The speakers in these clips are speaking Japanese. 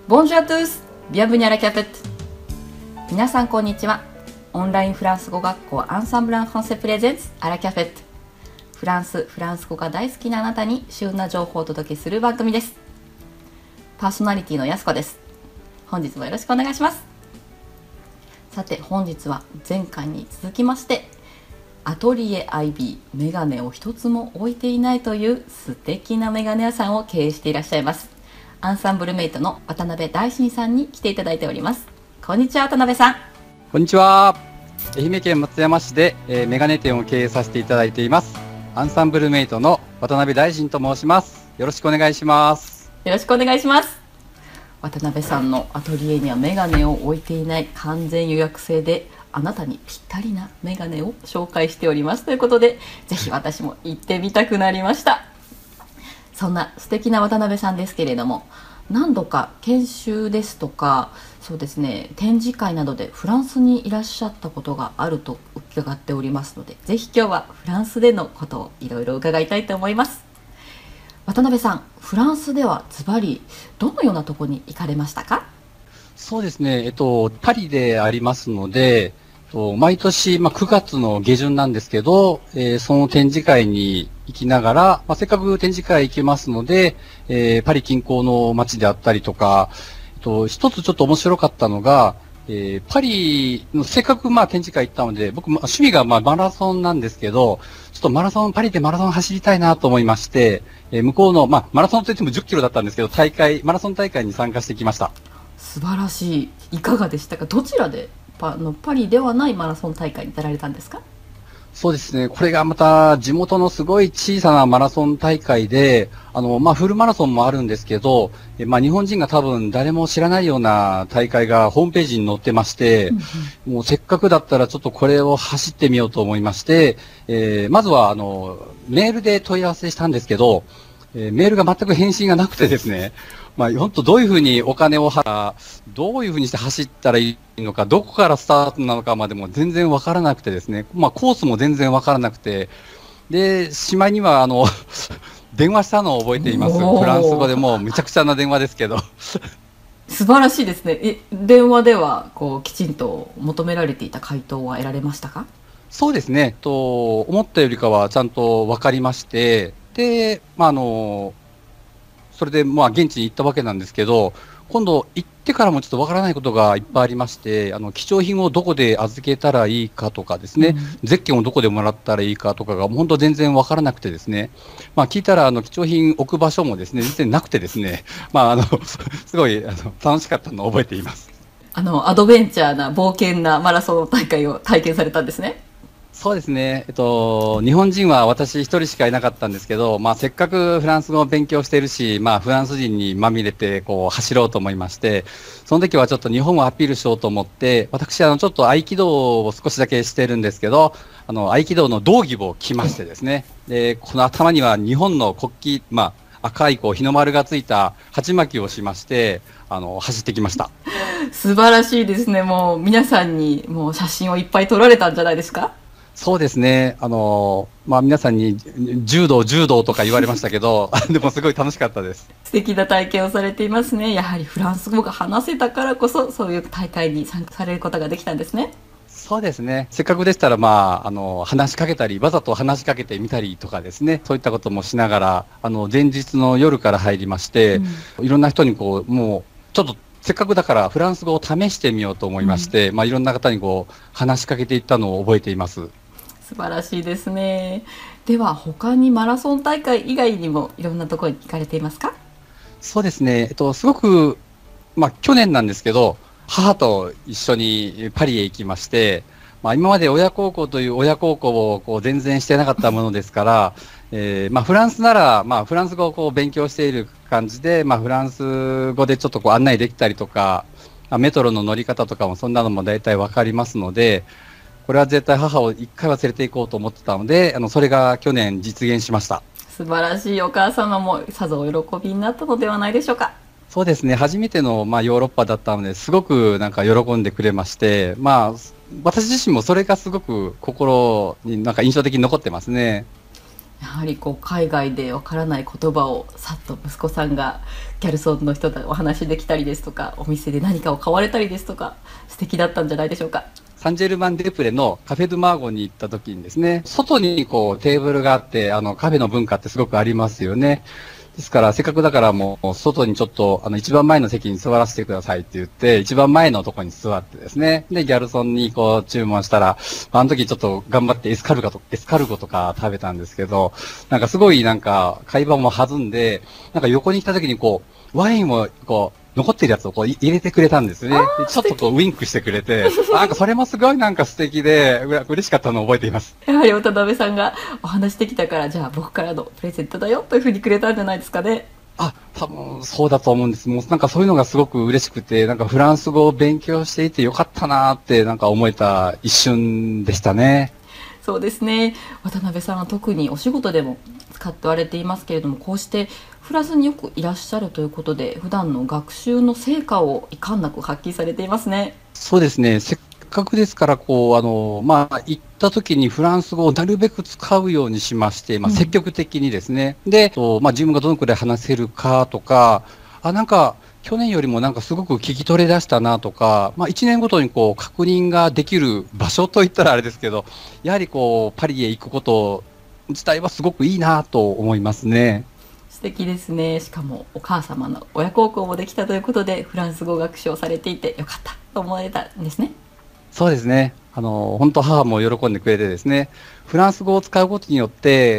Bonjour à tous! Bienvenue à la Cafette! 皆さんこんにちは。オンラインフランス語学校アンサンブル・アン・フランセ・プレゼンツアラキャフェット。フランス語が大好きなあなたに旬な情報をお届けする番組です。パーソナリティのやすこです。本日もよろしくお願いします。さて本日は前回に続きましてアトリエ IB メガネを一つも置いていないという素敵なメガネ屋さんを経営していらっしゃいますアンサンブルメイトの渡辺大臣さんに来ていただいております。こんにちは渡辺さん。 こんにちは。愛媛県松山市で、メガネ店を経営させていただいていますアンサンブルメイトの渡辺大臣と申します。よろしくお願いします。 よろしくお願いします。渡辺さんのアトリエにはメガネを置いていない完全予約制であなたにぴったりなメガネを紹介しておりますということで、ぜひ私も行ってみたくなりました。そんな素敵な渡辺さんですけれども、何度か研修ですとかそうですね展示会などでフランスにいらっしゃったことがあると伺っておりますので、ぜひ今日はフランスでのことをいろいろ伺いたいと思います。渡辺さん、フランスではズバリどのようなところに行かれましたか？ そうですね、パリでありますので、毎年、9月の下旬なんですけど、その展示会に行きながら、せっかく展示会行けますので、パリ近郊の街であったりとか、一つちょっと面白かったのが、パリのせっかく展示会行ったので、僕趣味がマラソンなんですけど、ちょっとパリでマラソン走りたいなと思いまして、向こうの、マラソンといっても10キロだったんですけど、マラソン大会に参加してきました。 素晴らしい。いかがでしたか？どちらでパリではないマラソン大会に出られたんですか？ そうですね。これがまた地元のすごい小さなマラソン大会で、フルマラソンもあるんですけど、日本人が多分誰も知らないような大会がホームページに載ってまして、もうせっかくだったらちょっとこれを走ってみようと思いまして、まずはメールで問い合わせしたんですけど、メールが全く返信がなくてですね、本当どういうふうにお金をどういうふうにして走ったらいいのか、どこからスタートなのかまでも全然わからなくてですね、コースも全然わからなくて、で、しまいには電話したのを覚えています。フランス語でもうめちゃくちゃな電話ですけど。 素晴らしいですね。電話ではきちんと求められていた回答は得られましたか？ そうですね。思ったよりかはちゃんとわかりまして、で、それで現地に行ったわけなんですけど、今度行ってからもちょっとわからないことがいっぱいありまして、貴重品をどこで預けたらいいかとかですね、ゼッケンをどこでもらったらいいかとかが本当全然わからなくてですね、聞いたら貴重品置く場所もですね、全然なくてですね、すごい楽しかったのを覚えています。 アドベンチャーな冒険なマラソン大会を体験されたんですね。 そうですね。日本人は私一人しかいなかったんですけど、せっかくフランス語を勉強しているし、フランス人にまみれて走ろうと思いまして、その時はちょっと日本をアピールしようと思って、私ちょっと合気道を少しだけしてるんですけど、合気道の道着を着ましてですね、で、この頭には日本の国旗、赤い日の丸がついた鉢巻きをしまして、走ってきました。 素晴らしいですね。もう皆さんにもう写真をいっぱい撮られたんじゃないですか？ そうですね。皆さんに柔道とか言われましたけど、でもすごい楽しかったです。 素敵な体験をされていますね。やはりフランス語が話せたからこそ、そういう大会に参加されることができたんですね。 そうですね。せっかくでしたら、話しかけたり、わざと話しかけてみたりとかですね、そういったこともしながら、前日の夜から入りまして、いろんな人にもう、ちょっとせっかくだからフランス語を試してみようと思いまして、いろんな方に話しかけていったのを覚えています。 素晴らしいですね。では他にマラソン大会以外にもいろんなところに行かれていますか？ そうですね。すごく、去年なんですけど、母と一緒にパリへ行きまして、今まで親孝行という親孝行を全然してなかったものですから、フランスなら、フランス語を勉強している感じで、フランス語でちょっと案内できたりとか、メトロの乗り方とかもそんなのも大体わかりますので、これは絶対母を一回は連れて行こうと思ってたので、それが去年実現しました。 素晴らしい。お母様もさぞお喜びになったのではないでしょうか？ そうですね。初めての、ヨーロッパだったので、すごく喜んでくれまして、私自身もそれがすごく心に印象的に残ってますね。 やはりこう海外でわからない言葉をさっと息子さんがギャルソンの人とお話できたりですとか、お店で何かを買われたりですとか、素敵だったんじゃないでしょうか。 サンジェルマン・デ・プレのカフェ・ドゥ・マーゴに行った時にですね、外にこうテーブルがあって、カフェの文化ってすごくありますよね。ですから、せっかくだからもう、外にちょっと、一番前の席に座らせてくださいって言って、一番前のとこに座ってですね、で、ギャルソンにこう注文したら、あの時ちょっと頑張ってエスカルゴとか食べたんですけど、なんかすごいなんか会話も弾んで、なんか横に来た時にこう、ワインをこう、残ってるやつをこう入れてくれたんですね。ちょっとこうウィンクしてくれて、なんかそれもすごいなんか素敵で、嬉しかったのを覚えています。 やはり渡辺さんがお話できたから、じゃあ僕からのプレゼントだよというふうにくれたんじゃないですかね。 多分そうだと思うんです。もうなんかそういうのがすごく嬉しくて、なんかフランス語を勉強していてよかったなーってなんか思えた一瞬でしたね。 そうですね。渡辺さんは特にお仕事でも使っておられていますけれども、こうしてフランスによくいらっしゃるということで、普段の学習の成果を遺憾なく発揮されていますね。 そうですね。せっかくですから、こう、行った時にフランス語をなるべく使うようにしまして、積極的にですね。で、自分がどのくらい話せるかとか、なんか、去年よりもなんかすごく聞き取れ出したなとか、1年ごとにこう確認ができる場所といったらあれですけど、やはりこう、パリへ行くこと自体はすごくいいなと思いますね。 素敵ですね。しかもお母様の親孝行もできたということで、フランス語学習をされていてよかったと思われたんですね。 そうですね。本当母も喜んでくれてですね、フランス語を使うことによって、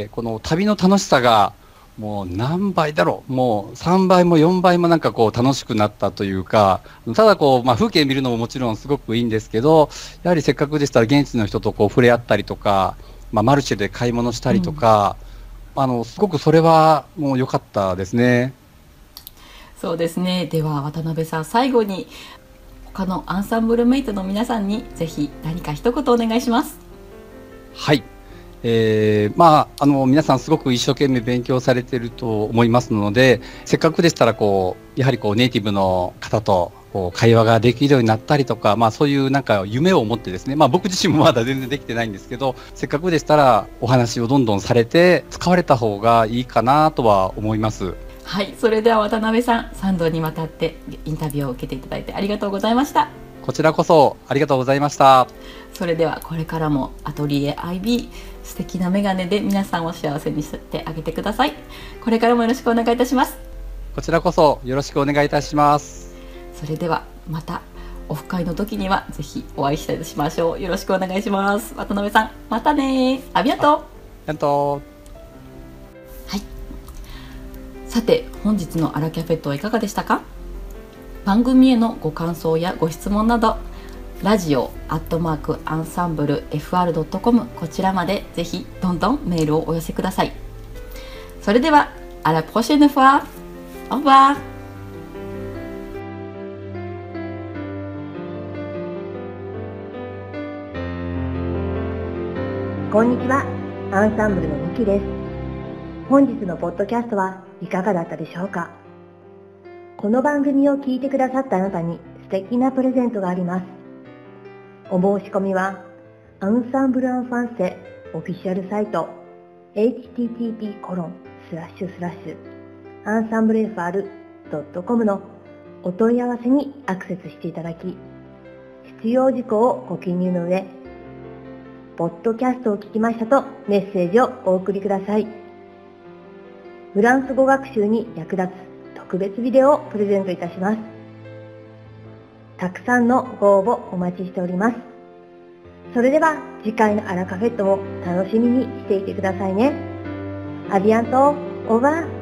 この旅の楽しさが、もう何倍だろう、もう3倍も4倍もなんかこう楽しくなったというか、ただこう、風景見るのももちろんすごくいいんですけど、やはりせっかくでしたら現地の人とこう触れ合ったりとか、マルシェで買い物したりとか、すごくそれはもう良かったですね。 そうですね。では渡辺さん、最後に他のアンサンブルメイトの皆さんにぜひ何か一言お願いします。 はい。皆さんすごく一生懸命勉強されていると思いますので、せっかくでしたらやはりネイティブの方と会話ができるようになったりとか、そういうなんか夢を持ってですね、僕自身もまだ全然できてないんですけど、せっかくでしたらお話をどんどんされて使われた方がいいかなとは思います。 はい、それでは渡辺さん、3度にわたってインタビューを受けていただいてありがとうございました。 こちらこそありがとうございました。 それではこれからもアトリエ IB、 素敵なメガネで皆さんを幸せにしてあげてください。これからもよろしくお願いいたします。 こちらこそよろしくお願いいたします。 それではまたオフ会の時にはぜひお会いしたりしましょう。よろしくお願いします。渡辺さん、またね。ありがとう。はい、さて本日のアラキャフェットはいかがでしたか？番組へのご感想やご質問など、ラジオアンサンブル FR.com こちらまでぜひどんどんメールをお寄せください。それではà la prochaine fois。au revoir。 こんにちは、アンサンブルのミキです。本日のポッドキャストはいかがだったでしょうか？この番組を聞いてくださったあなたに素敵なプレゼントがあります。お申し込みは、アンサンブル・アン・ファンセオフィシャルサイト http://ensemblefr.com のお問い合わせにアクセスしていただき、必要事項をご記入の上、ポッドキャストを聞きましたとメッセージをお送りください。フランス語学習に役立つ特別ビデオをプレゼントいたします。たくさんのご応募お待ちしております。それでは次回のアラカフェットも楽しみにしていてくださいね。アビアント、オーバー。